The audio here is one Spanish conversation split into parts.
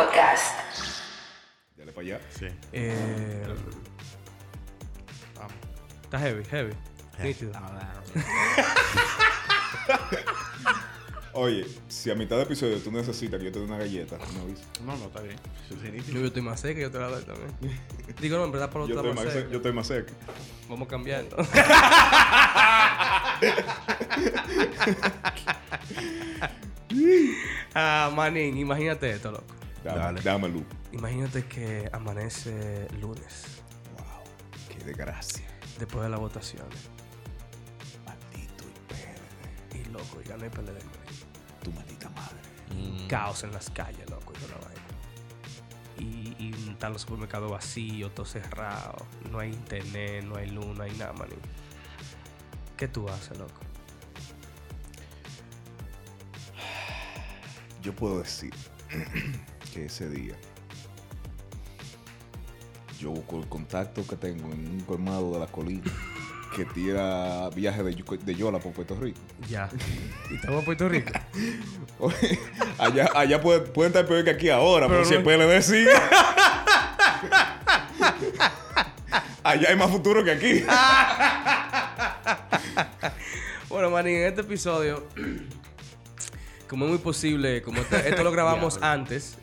Podcast. Dale para allá. Sí. Vamos. Está heavy. Nítido. Oye, si a mitad de episodio tú necesitas que yo te dé una galleta, me avisas. No, está bien. Eso es inicio. Yo estoy más seca, yo te la doy también. Digo, no, en verdad, por Yo otro estoy más seca. yo estoy más seco. Vamos cambiando. Manín, imagínate esto, loco. Dale. Dame luz. Imagínate que amanece lunes, Wow, qué desgracia. después de las votaciones. Maldito y Y loco, y ganó el PLD, manín. tu maldita madre. Caos en las calles, loco, y toda la vaina. Y están los supermercados vacíos, todo cerrado. No hay internet, no hay luz, no hay nada, manín. ¿Qué tú haces, loco? Yo puedo decir que ese día yo busco el contacto que tengo en un colmado de la colina que tira viaje de Yola por Puerto Rico. Ya. ¿Y estamos en Puerto Rico? Oye, allá pueden estar peor que aquí ahora, pero Pero si el no- PLD sigue. Allá hay más futuro que aquí. Bueno, manín, en este episodio, como es muy posible, como esto lo grabamos antes,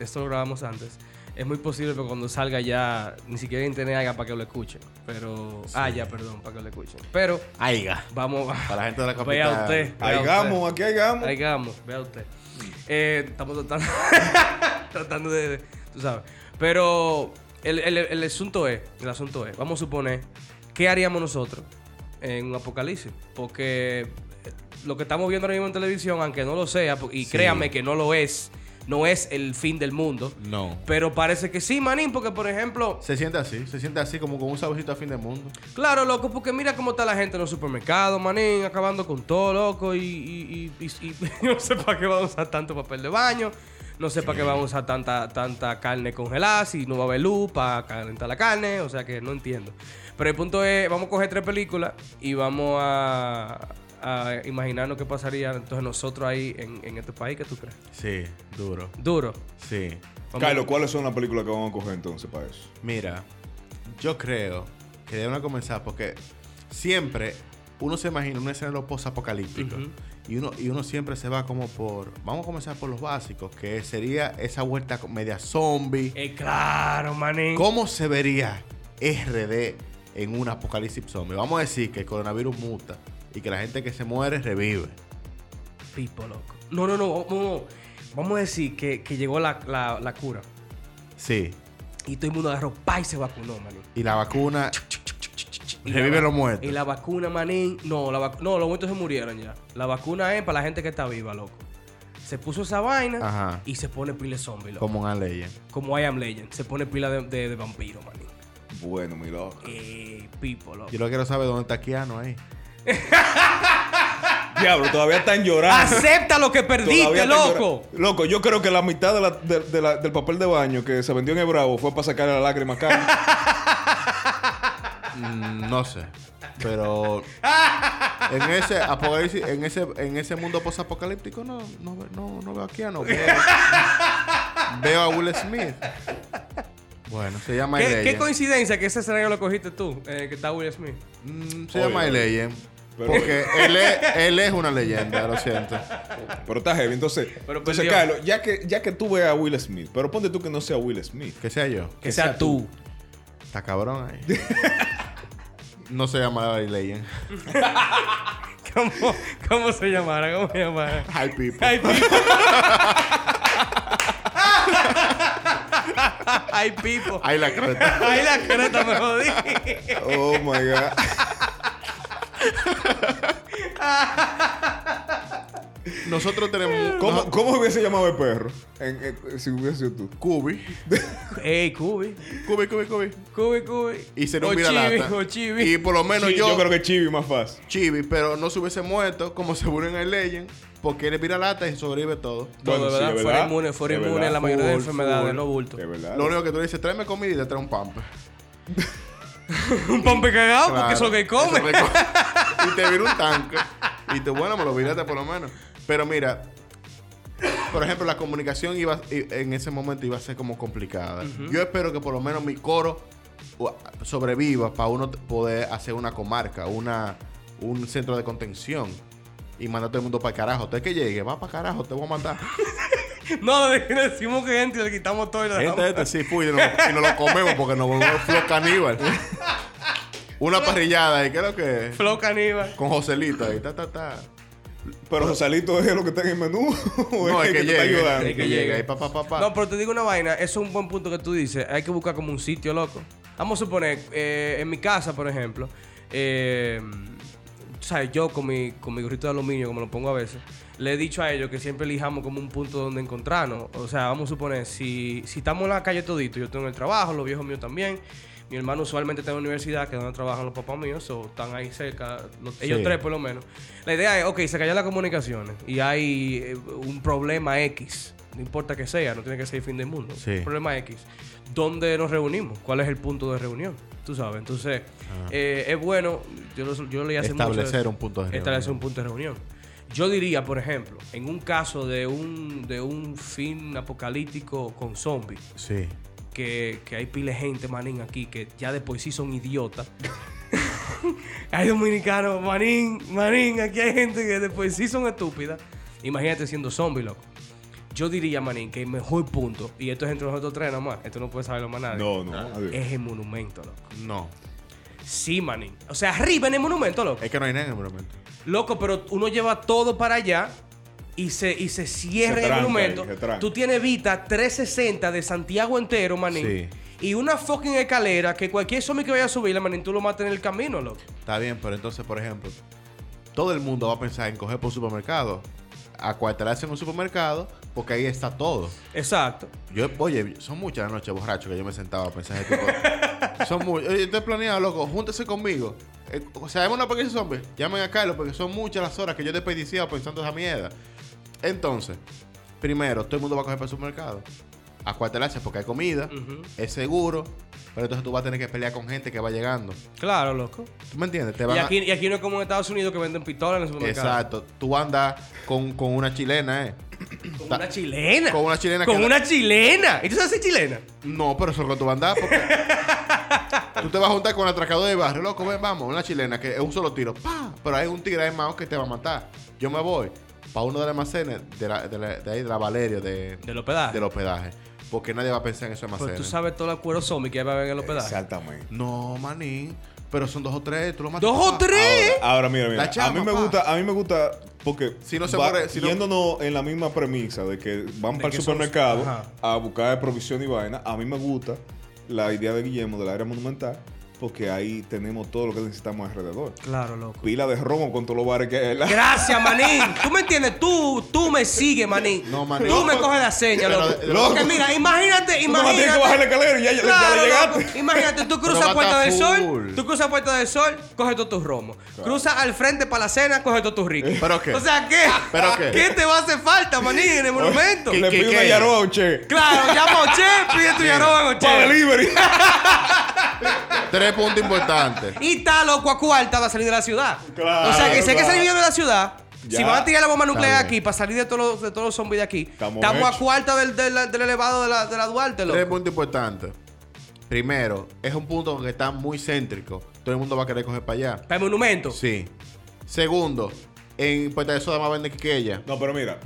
es muy posible que cuando salga ya ni siquiera internet haya para que lo escuchen. Pero, perdón, para que lo escuchen. Pero Aiga. vamos, Para la gente de la capital. vea usted. Haigamos, aquí haigamos. Vea usted. Estamos tratando de, tú sabes. Pero el asunto es, vamos a suponer, ¿qué haríamos nosotros en un apocalipsis? Porque lo que estamos viendo ahora mismo en televisión, aunque no lo sea, y Sí. créanme que no lo es, no es el fin del mundo. No. Pero parece que sí, manín, porque por ejemplo, Se siente así como con un saborcito a fin del mundo. claro, loco, porque mira cómo está la gente en los supermercados, manín, acabando con todo, loco, y yo no sé para qué van a usar tanto papel de baño, no sé para qué van a usar tanta carne congelada, si no va a haber luz para calentar la carne, o sea que no entiendo. Pero el punto es, vamos a coger 3 películas y vamos a imaginarnos qué pasaría entonces nosotros ahí en este país. ¿Qué tú crees? Sí, duro. Duro. Sí. Vamos- Carlos, ¿cuáles son las películas que vamos a coger entonces para eso? Mira, yo creo que deben comenzar porque siempre uno se imagina una escena post-apocalíptico. Ujú. Y uno siempre se va como por... Vamos a comenzar por los básicos, que sería esa vuelta media zombie. Claro, manín. ¿Cómo se vería RD en un apocalipsis zombie? Vamos a decir que el coronavirus muta y que la gente que se muere revive. Pipo, loco. No. Vamos a decir que llegó la cura. Sí. Y todo el mundo agarró y se vacunó, manín. Y la vacuna Y revive la- los muertos. Y la vacuna, manín. No, los muertos se murieron ya. La vacuna es para la gente que está viva, loco. Se puso esa vaina Ajá. y se pone pila de zombie, loco. Como una ley. Como I Am Legend. Se pone pila de vampiro, manín. Bueno, mi loco. Pipo, loco. Yo lo quiero saber dónde está Keanu ahí. Diablo, todavía están llorando. Acepta lo que perdiste, Todavía están loco. llorando. Loco, yo creo que la mitad del papel de baño que se vendió en el Bravo fue para sacarle la lágrima a Carlos. No sé. Pero en ese apocalipsis, en ese mundo post-apocalíptico no veo a Keanu. Veo a Will Smith. Bueno, se llama ¿Qué Legend. coincidencia que ese escenario lo cogiste tú, que está Will Smith? Se llama Oye, Legend. pero- Porque él es una leyenda, lo siento. Pero está heavy. Entonces, Pero entonces perdió. Carlos, ya que tú veas a Will Smith, pero ponte tú que no sea Will Smith. Que sea yo. Que sea tú. Está cabrón ahí. No se llama Legend. ¿Cómo se llamara? ¿Cómo se llamara? Hi people. Ay, Pipo. Ay, Pipo. Ahí la creta. Ay, la creta me jodí. Oh my God. Nosotros tenemos... ¿Cómo hubiese llamado el perro? Si hubiese sido tú. Cubi. Ey, Cubi. Cubi. Y se nos O olvida Chibi, lata. o Chibi. Y por lo menos Sí, yo creo que Chibi más fácil. Chibi, pero no se hubiese muerto como se murió en el Legend, porque él vira lata y sobrevive todo. Todo, Bueno, sí, ¿verdad? es Fuera verdad. inmune Es a verdad. la mayoría de Full, enfermedades, full. no bulto. De verdad. Lo único que tú le dices, tráeme comida y le trae un pamper. Un pompe cagado, porque Claro, eso es lo que come. eso es lo que y te vira un tanque. Y tú, bueno, me lo viraste por lo menos. Pero mira, por ejemplo, la comunicación en ese momento iba a ser como complicada. Yo espero que por lo menos mi coro sobreviva para uno poder hacer una comarca, un centro de contención y mandar a todo el mundo para el carajo. Usted que llegue, va para carajo, te voy a matar. No, decimos que gente le quitamos todo y le dejamos. Gente, sí, fui y nos lo comemos porque nos volvemos flow caníbal. Una parrillada ahí, ¿qué es lo que es? Flow caníbal. Con Joselito ahí, Pero Joselito es lo que está en el menú. No, es que te está llegue. ayudando. Es que llegue ahí, pa. No, pero te digo una vaina. Eso es un buen punto que tú dices. Hay que buscar como un sitio, loco. Vamos a suponer, en mi casa, por ejemplo, ¿sabes? Yo con mi gorrito de aluminio, como lo pongo a veces, le he dicho a ellos que siempre elijamos como un punto donde encontrarnos. O sea, vamos a suponer, si estamos en la calle todito, yo tengo el trabajo, los viejos míos también. Mi hermano usualmente está en la universidad, que es donde trabajan los papás míos, o están ahí cerca, ellos tres por lo menos. La idea es, ok, se cayó las comunicaciones y hay un problema X, no importa que sea, no tiene que ser el fin del mundo, un problema X. ¿Dónde nos reunimos? ¿Cuál es el punto de reunión? Tú sabes, entonces es bueno, yo leí hace mucho establecer un punto de reunión. Establecer un punto de reunión. Yo diría, por ejemplo, en un caso de un fin apocalíptico con zombies, sí, que hay pile de gente, manín, aquí, que ya de por sí son idiotas. Hay dominicanos, manín, aquí hay gente que de por sí son estúpidas. Imagínate siendo zombie, loco. Yo diría, manín, que el mejor punto, y esto es entre nosotros tres nada más, esto no puede saberlo más nadie. No. Es el monumento, loco. No. Sí, manín. O sea, arriba en el monumento, loco. Es que no hay nada en el monumento. Loco, pero uno lleva todo para allá y se cierra el monumento. Tú tienes vista 360 de Santiago entero, manín. Sí. Y una fucking escalera que cualquier zombie que vaya a subirla, manín, tú lo matas en el camino, loco. Está bien, pero entonces, por ejemplo, todo el mundo va a pensar en coger por un supermercado, acuartelarse en un supermercado, porque ahí está todo. Exacto. Oye, son muchas las noches borracho que yo me sentaba a pensar ese tipo de... Son muchas. Oye, estoy planeado, loco, júntese conmigo. O sea, hay una pequeña zombie. Llamen a Carlos porque son muchas las horas que yo he desperdiciado pensando esa mierda. Entonces, primero, todo el mundo va a coger para el supermercado. Acuartelarse porque hay comida, es seguro, pero entonces tú vas a tener que pelear con gente que va llegando. Claro, loco. ¿Tú me entiendes? Y aquí no es como en Estados Unidos que venden pistolas en el supermercado. Exacto. Tú andas con una chilena, ¿Con una chilena? Con una chilena. ¿Con una chilena? ¿Y tú sabes chilena? No, pero eso es lo que tú vas a andar porque... Tú te vas a juntar con el atracador de barrio, loco, ven, vamos, una chilena que es un solo tiro, ¡pah! Pero hay un tigre armado que te va a matar. Yo me voy para uno de los almacenes de ahí de la Valerio, del hospedaje. Del hospedaje. Porque nadie va a pensar en esos almacenes. Pero tú sabes todos los cueros zombies que va a haber en el hospedaje. Exactamente. No, manín. Pero son 2 o 3, tú lo matas. ¿2 o 3? Ahora mira. Chama, a mí me gusta porque si no se muere, yéndonos en la misma premisa de que van para el supermercado a buscar provisión y vaina, a mí me gusta la idea de Guillermo del área monumental. Porque ahí tenemos todo lo que necesitamos alrededor. Claro, loco. Pila de romo con todos los bares que hay. Gracias, manín. ¿Tú me entiendes? Tú me sigues, manín. No, manín. Tú me coges la seña, loco. Porque mira, imagínate. Tú no tienes que bajar la escalera y ya llegaste. Loco. Imagínate, tú cruzas Puerta del Sol. Tú cruzas Puerta del Sol, coges todos tus romos. Claro. Cruzas al frente para la cena, coges todos tus ricos. ¿Pero qué? O sea, ¿qué? ¿Pero qué? ¿Qué te va a hacer falta, manín, en el monumento? Le pido una yaroa a un che. Claro, llama a un che, pide tu yaroa a un che. Para delivery. 3 puntos importantes. Y está loco a cuarta va a salir de la ciudad. Claro, o sea que si hay que salir de la ciudad, ya. Si van a tirar la bomba nuclear aquí para salir de todos los zombies de aquí, estamos a cuarta del elevado de la Duarte, loco. 3 puntos importantes. Primero, es un punto que está muy céntrico. Todo el mundo va a querer coger para allá. ¿Para el monumento? Sí. Segundo, en Puerta de Soda más vende que ella. No, pero mira.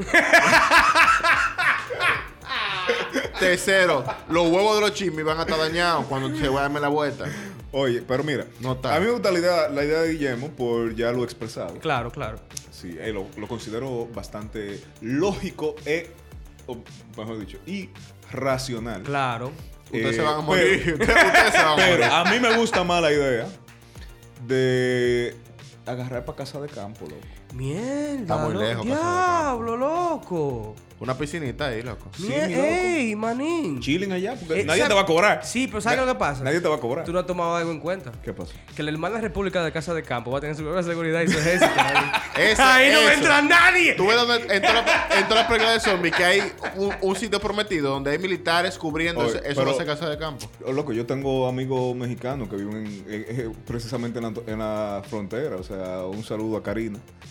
Tercero, los huevos de los chismes van a estar dañados cuando se vaya a darme la vuelta. Oye, pero mira, no está. A mí me gusta la idea de Guillermo por ya lo expresado. Claro, claro. Sí, lo considero bastante lógico o mejor dicho, y racional. Claro. Ustedes se van a morir. Ustedes se van a morir. Pero a mí me gusta más la idea de agarrar para casa de campo, loco. Mierda. Está muy lejos. Diablo, loco. Una piscinita ahí, loco. Sí, mi loco. Ey, manín. Chilling allá, porque nadie te va a cobrar. Sí, pero ¿sabes lo que pasa? Nadie te va a cobrar. Tú no has tomado algo en cuenta. ¿Qué pasa? Que la hermana República de Casa de Campo va a tener su propia seguridad y su ejército. Ahí no entra nadie. Tú ves donde en todas las películas de zombies que hay un sitio prometido donde hay militares cubriendo. Eso no es casa de campo. Loco, yo tengo amigos mexicanos que viven precisamente en la frontera. O sea, un saludo a Karina.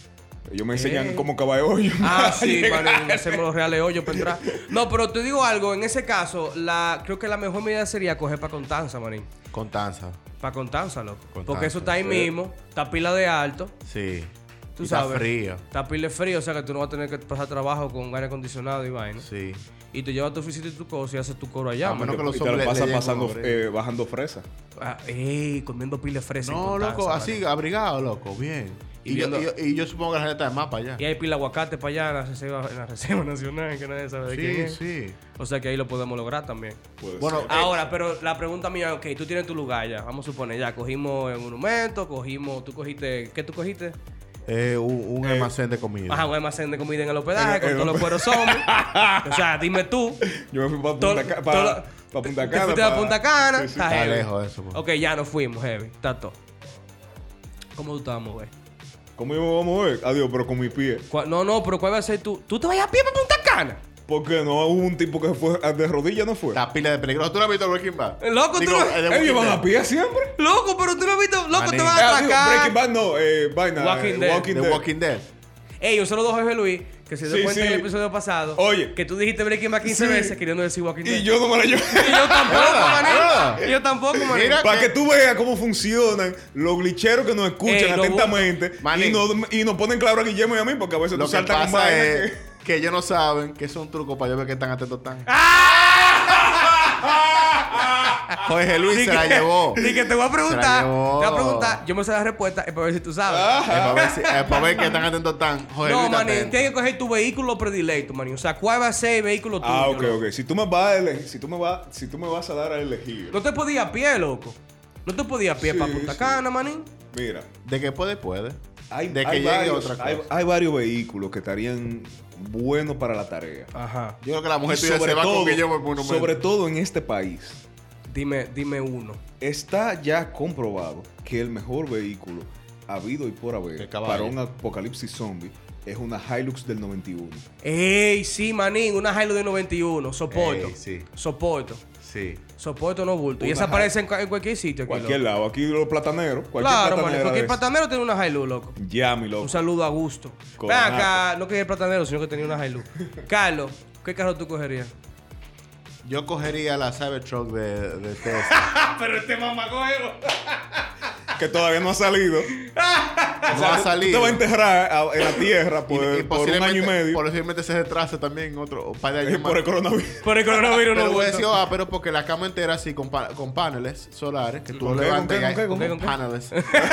Ellos me enseñan cómo cavar hoyo. Sí, manín. Hacemos los reales hoyos para entrar. No, pero te digo algo. En ese caso, creo que la mejor medida sería coger para Constanza, manín. Constanza. Para Constanza, loco. Porque eso está ahí mismo. Está pila de alto. Sí. Tú sabes. Está frío. Está pila de frío. O sea que tú no vas a tener que pasar trabajo con aire acondicionado y vaina. Sí. Y te llevas tu oficina y tu cosa y haces tu coro allá. A menos que los Y te lo hombres pasas le bajando fresa. Comiendo pila de fresa. No, loco, así, manín. abrigado, loco. Bien. Y yo supongo que la gente está más para allá. Y hay pila de aguacate para allá en la Reserva Nacional, que nadie sabe de quién es. Sí. O sea que ahí lo podemos lograr también. Bueno, Ahora, pero la pregunta mía, ok, tú tienes tu lugar ya. Vamos a suponer, ya cogimos el monumento, tú cogiste, ¿qué tú cogiste? Un almacén de comida. Ajá, un almacén de comida en el hospedaje con todos los cueros zombies. O sea, dime tú. yo me fui para Punta Cana. Te fuiste a Punta Cana. Sí. Está Está heavy. lejos eso. Ok, ya nos fuimos, heavy. Está todo. ¿Cómo tú te vas a mover? ¿Cómo íbamos a mover? Adiós, pero con mi pie. No, pero ¿cuál va a ser tú? ¿Tú te vas a pie para Punta Cana? Porque no hubo un tipo que fue de rodillas, ¿no fue? La pila de peligroso. ¿Tú no has visto Breaking Bad? Loco, tú no... Ellos van a pie siempre. Loco, pero tú no has visto... Loco, Manín. te van a atracar. Breaking Bad no, vaina. Walking Dead. The Walking Dead. Ey, un saludo a Jorge Luis, que se dio Sí, cuenta sí. en el episodio pasado. Oye. Que tú dijiste Breaking Bad 15 Sí. veces queriendo decir Walking Dead. Y yo no me la llevo. Y yo tampoco, ¿Verdad? manín. Yo tampoco, manín. Mira. Para que tú veas cómo funcionan los glitcheros que nos escuchan Ey, lo atentamente Manín. y nos ponen claro a Guillermo y a mí, porque a veces Lo tú que saltas con pasa vaina es que- que ellos no saben que eso es un truco para yo ver qué tan atentos están. Jorge Luis se la llevó. Y que te voy a preguntar. Se la llevó. Te voy a preguntar. Yo me sé la respuesta. Es para ver si tú sabes. Es para ver qué tan atentos están. Jorge No, Luis está manín. atento. Tienes que coger tu vehículo predilecto, manín. O sea, ¿cuál va a ser el vehículo tuyo? Ah, ok, loco? ok. Si tú me vas a elegir, si tú me vas a dar a elegir. No te podías a pie, loco. No te podías a pie Sí, para Punta sí. Cana, manín. Mira, De que puede. De que hay llegue varios, otra cosa. hay varios vehículos que estarían buenos para la tarea. Ajá. Yo creo que la mujer Y tuya se va con Guillermo por un sobre todo en este país, Dime uno. está ya comprobado que el mejor vehículo habido y por haber El caballo. para un apocalipsis zombie es una Hilux del 91. Ey, sí, manín. Una Hilux de 91. Soporto. Ey, sí. Soporto. Sí. Soporto no bulto. Y Una esa aparece en cualquier sitio. Aquí, Cualquier loco. lado. Aquí los plataneros. Cualquier Claro, manín. platanera Cualquier de platanero tiene una Hilux, loco. eso. Ya, mi loco. Un saludo a Gusto. Con Ven acá, no que el platanero, sino que tenía una Hilux. Carlos, ¿qué carro tú cogerías? Yo cogería la Cybertruck de Tesla. Pero este mamagüero. Que todavía no ha salido. No ha Tú salido. te vas a enterrar en la tierra por un año y medio. Posiblemente se retrase también otro par de años más. Por el coronavirus. Por el coronavirus Pero no voy a bulto. decir, pero porque la cama entera así con paneles solares que tú ¿Con lo qué, levantas con qué, y hay- con qué, con qué? paneles.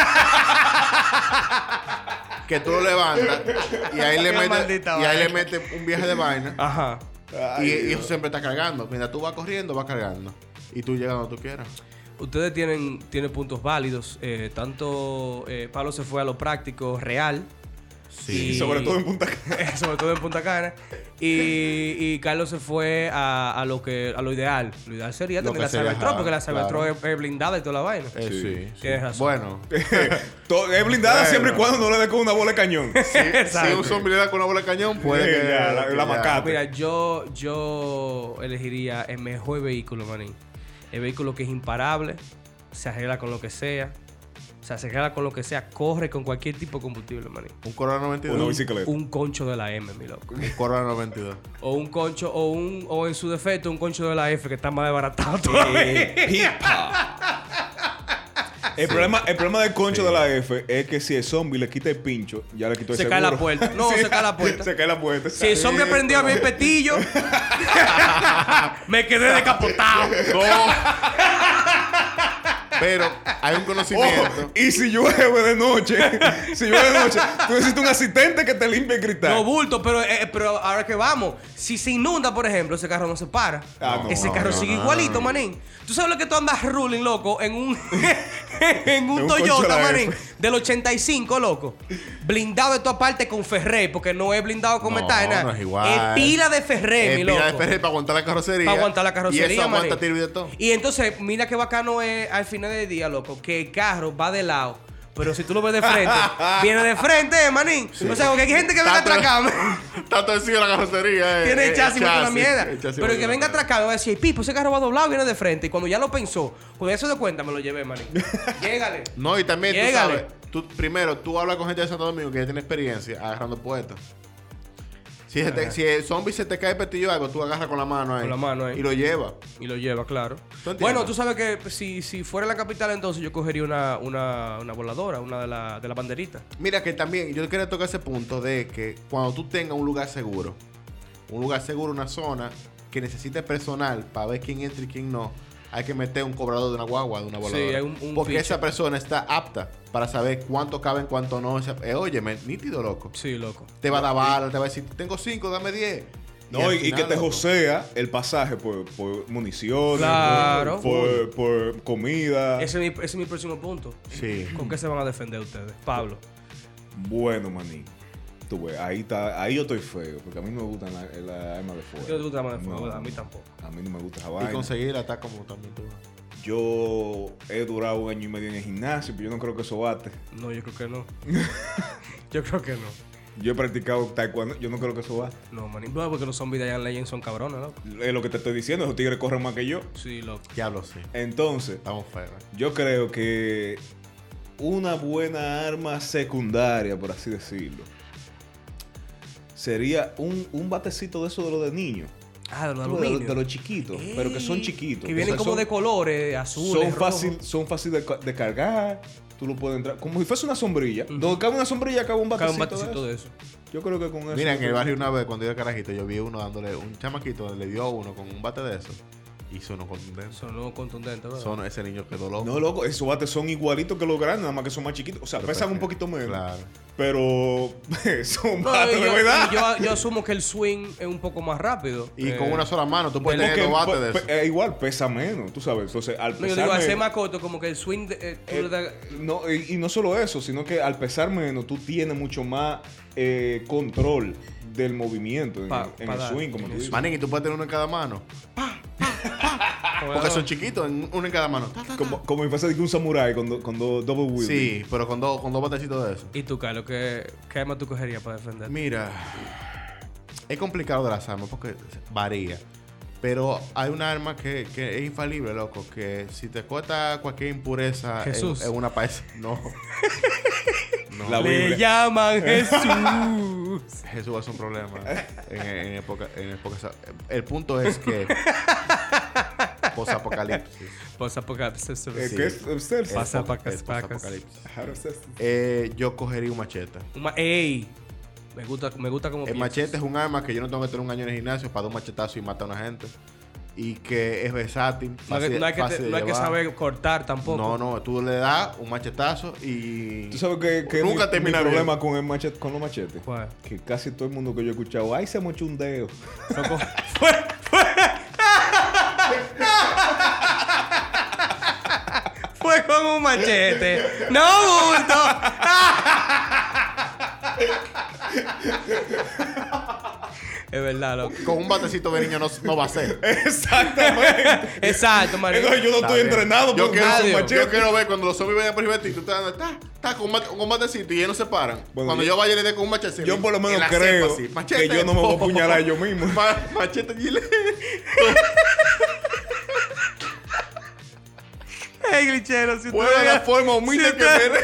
Que tú lo levantas y ahí le Qué maldita vaina. metes un viaje de vaina Ajá. Ay, y Dios. eso siempre está cargando. Mientras tú vas corriendo, vas cargando. Y tú llegas donde tú quieras. Ustedes tienen puntos válidos. Tanto Pablo se fue a lo práctico real. Y sobre todo en Punta Cana. Sobre todo en Punta Cana. Y Carlos se fue a lo ideal. Lo ideal sería Lo tener que la sería, Cybertruck, porque la ajá, Cybertruck claro. es blindada y toda la vaina. Sí. Tienes razón. Bueno, Es blindada Bueno. siempre y cuando no le dé con una bola de cañón. si Exacto. un zombie le da con una bola de cañón, puede Sí, que ya, la que macata. Mira, yo elegiría el mejor vehículo, manín. El vehículo que es imparable, se arregla con lo que sea. O sea, se arregla con lo que sea, corre con cualquier tipo de combustible, manín. Un Corolla 92. Una bicicleta. Un concho de la M, mi loco. Un Corolla 92. O un concho, o en su defecto, un concho de la F que está más desbaratado todavía. El problema del concho de la F es que si el zombie le quita el pincho, ya le quitó el Se seguro. cae la puerta. No, se cae la puerta. Se cae la puerta. Si el zombie aprendió a ver el petillo, me quedé decapotado. Pero hay un conocimiento. Ojo, y si llueve de noche, tú necesitas un asistente que te limpie el cristal. No, bulto, pero ahora que vamos, si se inunda, por ejemplo, ese carro no se para. Ah, no, Ese carro sigue igualito, manín. ¿Tú sabes lo que tú andas ruling, loco? En un un Toyota, concho de la manín, F. del 85, loco. Blindado de toda parte con Ferré, porque no es blindado con No, metal, nada. no es igual. Es pila de Ferré, mi loco. Pila de Ferrer para aguantar la carrocería. Para aguantar la carrocería, Y eso aguanta manín. tiro y de todo. Y entonces, mira qué bacano es al final del día, loco, que el carro va de lado. Pero si tú lo ves de frente, viene de frente, manín. O sea, porque hay gente que venga a atracarme. Está torcido la carrocería. Tiene el chasis metido en la mierda. el chasis Pero el que metido venga a en la atracar me va a decir, Pipo, ese carro va doblado, viene de frente. Y cuando ya lo pensó, cuando ya se dio cuenta, me lo llevé, manín. Llégale. No, y también Llégale. tú sabes primero, tú hablas con gente de Santo Domingo que ya tiene experiencia agarrando poetas. Si el zombie se te cae el petillo o algo, tú agarras con la mano ahí. Con la mano ahí. Y lo lleva. Y lo lleva, claro. Bueno, tú sabes que si fuera la capital, entonces yo cogería una voladora, una de la banderita. Mira que también, yo quería tocar ese punto de que cuando tú tengas un lugar seguro, una zona que necesite personal para ver quién entra y quién no, hay que meter un cobrador de una guagua, de una voladora. Sí, porque esa persona está apta para saber cuánto cabe, cuánto no. Óyeme, nítido, loco. Sí, loco. Te va a dar bala, te va a decir, tengo 5, dame 10. No, y que te josea el pasaje por municiones, claro, por comida. Ese es mi próximo punto. Sí. ¿Con qué se van a defender ustedes? Pablo. Bueno, manín. Tú ves, ahí yo estoy feo, porque a mí no me gustan las armas de fuego. ¿Qué te gusta las armas de fuego? No, A mí tampoco. A mí no me gusta esa vaina. Y conseguirla está como también tú. Yo he durado 1 año y medio en el gimnasio, pero yo no creo que eso bate. No, yo creo que no. Yo creo que no. Yo he practicado taekwondo, yo no creo que eso bate. No, manín. No, porque los zombies de Iron Legend son cabrones, loco. Es lo que te estoy diciendo, esos tigres corren más que yo. Sí, loco. Diablo, sí. Entonces, Estamos feos. yo creo que una buena arma secundaria, por así decirlo, sería un batecito de eso de los de niños. Ah, de los aluminio. De los chiquitos, pero que son chiquitos. Que vienen como de colores, azules, son fáciles de cargar. Tú lo puedes entrar. Como si fuese una sombrilla. Donde cabe una sombrilla, cabe un batecito, de eso. Yo creo que con eso. Mira, en el barrio una vez, cuando yo era carajito, yo vi uno dándole un chamaquito, le dio a uno con un bate de eso. Y sonó contundente. Sonó contundente, ¿verdad? Ese niño quedó loco. No, loco, esos bates son igualitos que los grandes, nada más que son más chiquitos. O sea, pesan un poquito menos. Claro. Pero son bates de verdad. Yo asumo que el swing es un poco más rápido. Y con una sola mano tú puedes tener 2 bates de eso. Igual pesa menos, tú sabes. Entonces, al pesar yo digo, menos, hacer más corto, como que el swing... no, y no solo eso, sino que al pesar menos, tú tienes mucho más control del movimiento en el swing, como tú dices. Manín, y tú puedes tener uno en cada mano. Porque son chiquitos, uno en cada mano. Como si fuese un samurái con double wheel. Sí, pero con dos batecitos de eso. ¿Y tú, Carlos, qué arma tú cogerías para defender? Mira, es complicado de las armas porque varía. Pero hay una arma que es infalible, loco. Que si te cuesta cualquier impureza en una paisa. No. Le llaman Jesús. Jesús es un problema en época. El punto es que posapocalipsis. Posapocalipsis. ¿Qué es? Posapocalipsis. Yo cogería un machete. ¡Ey! Me gusta como el machete es un arma que yo no tengo que tener 1 año en el gimnasio para dar un machetazo y matar a una gente. Y que es versátil. No hay que saber cortar tampoco. No, tú le das un machetazo y... ¿Tú sabes que nunca termina mi problema con los machetes? ¿Cuál? Que casi todo el mundo que yo he escuchado, ¡ay, se mochó un dedo! Fue con un machete. ¡No, bulto! Es verdad, loco. Con un batecito de niño no va a ser. Exactamente. Exacto, María. Entonces yo no estoy entrenado yo yo quiero ver cuando los zombies vayan por el y tú estás con un batecito y ellos no se paran. Bueno, cuando yo vaya y le dé con un machete. Yo por lo menos creo que yo no me voy a apuñalar yo mismo. Machete gile. Hey, glitchero, si fue de la forma humilde que merece.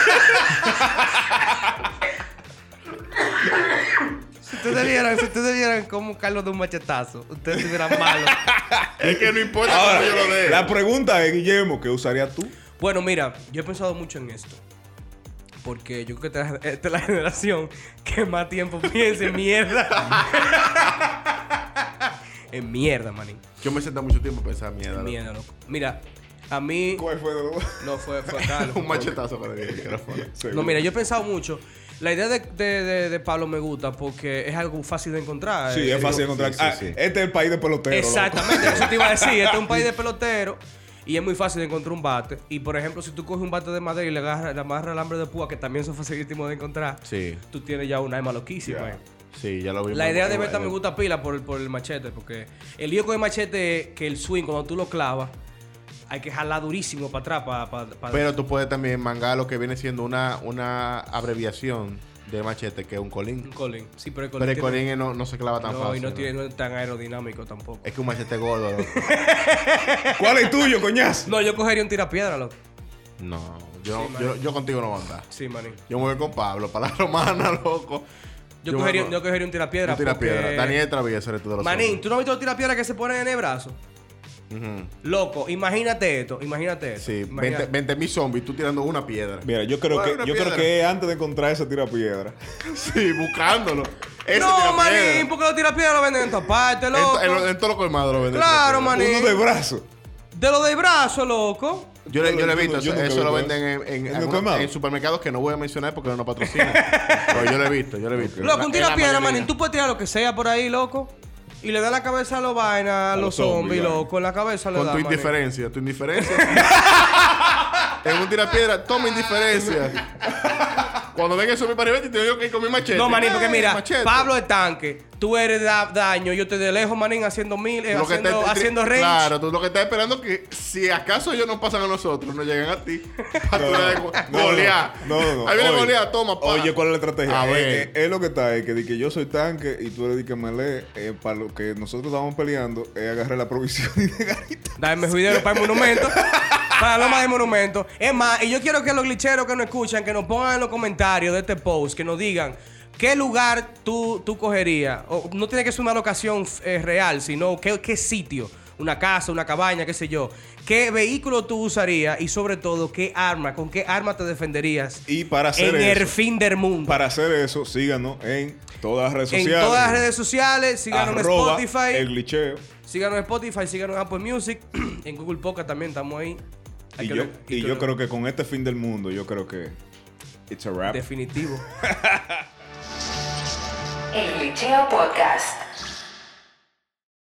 Si ustedes vieran cómo Carlos de un machetazo, ustedes estuvieran malos. Es que no importa Ahora, cómo yo lo dé. La pregunta es, Guillermo, ¿qué usarías tú? Bueno, mira, yo he pensado mucho en esto. Porque yo creo que esta es la generación que más tiempo piensa en mierda. En mierda, manín. Yo me senté mucho tiempo a pensar mierda. En mierda, loco. Mira, a mí... ¿Cuál fue? No, fue Carlos. Un machetazo para el micrófono. No, mira, yo he pensado mucho. La idea de Pablo me gusta porque es algo fácil de encontrar. Sí, es fácil de encontrar. Sí. Este es el país de peloteros. Exactamente, eso te iba a decir. Este es un país de peloteros y es muy fácil de encontrar un bate. Y por ejemplo, si tú coges un bate de madera y le amarras alambre de púa, que también son facilísimos de encontrar, tú tienes ya un arma loquísima. Yeah. Sí, ya lo vimos. La idea de Berta me gusta pila por el machete, porque el lío con el machete es que el swing, cuando tú lo clavas, hay que jalar durísimo para atrás. Pero tú puedes también mangar lo que viene siendo una abreviación de machete, que es un colín. Un colín. Sí, pero el colín no se clava tan fácil. No, y no es tan aerodinámico tampoco. Es que un machete gordo, loco. ¿Cuál es tuyo, coñazo? No, yo cogería un tirapiedra, loco. No. Yo contigo no voy a andar. Sí, manín. Yo me voy con Pablo para la romana, loco. Yo cogería un tirapiedra. Un tirapiedra. Daniel Travieso eres tú de los manín, hombres. ¿tú no has visto los tirapiedras que se ponen en el brazo? Loco, imagínate esto. Sí, 20.000 zombies, tú tirando una piedra. Mira, yo creo que antes de encontrar ese tirapiedra. Sí, buscándolo. No, manín, porque los tirapiedras lo venden en todas partes, loco. En todos los colmados lo venden. Claro, manín. Uno de brazo. De lo de brazo, loco. Yo le he visto, yo nunca eso he lo visto venden eso. en supermercados que no voy a mencionar porque no nos patrocinan. Pero yo lo he visto. Loco, un tirapiedra, manín, tú puedes tirar lo que sea por ahí, loco. Y le da la cabeza a los vainas, a los zombies, loco. En la cabeza le da. Con tu indiferencia. En un tirapiedra, toma indiferencia. Cuando venga el zombie para arriba, te tengo que ir con mi machete. No, manín, porque mira, machete. Pablo es tanque. Tú eres daño. Yo te de lejos, manín, haciendo haciendo range. Claro, tú lo que estás esperando es que si acaso ellos no pasan a nosotros, no llegan a ti. Goliat. No. Ahí viene Goliat, toma, pa. Oye, ¿cuál es la estrategia? A ver. Es lo que está, es que yo soy tanque y tú eres de que melee. Para lo que nosotros estamos peleando, es agarrar la provisión y negarita. Dame juidero para el monumento. Para la loma de monumento. Es más, y yo quiero que los glitcheros que nos escuchan, que nos pongan en los comentarios de este post, que nos digan qué lugar tú cogerías. O, no tiene que ser una locación real, sino qué sitio. Una casa, una cabaña, qué sé yo. ¿Qué vehículo tú usarías? Y sobre todo, con qué arma te defenderías Y para hacer en eso, el fin del mundo. Para hacer eso, síganos en todas las redes sociales. En todas las redes sociales, síganos en Spotify. El glitcheo. Síganos en Spotify, síganos en Apple Music. En Google Podcast también estamos ahí. Yo creo que con este fin del mundo, yo creo que it's a wrap. Definitivo. El Glitcheo Podcast.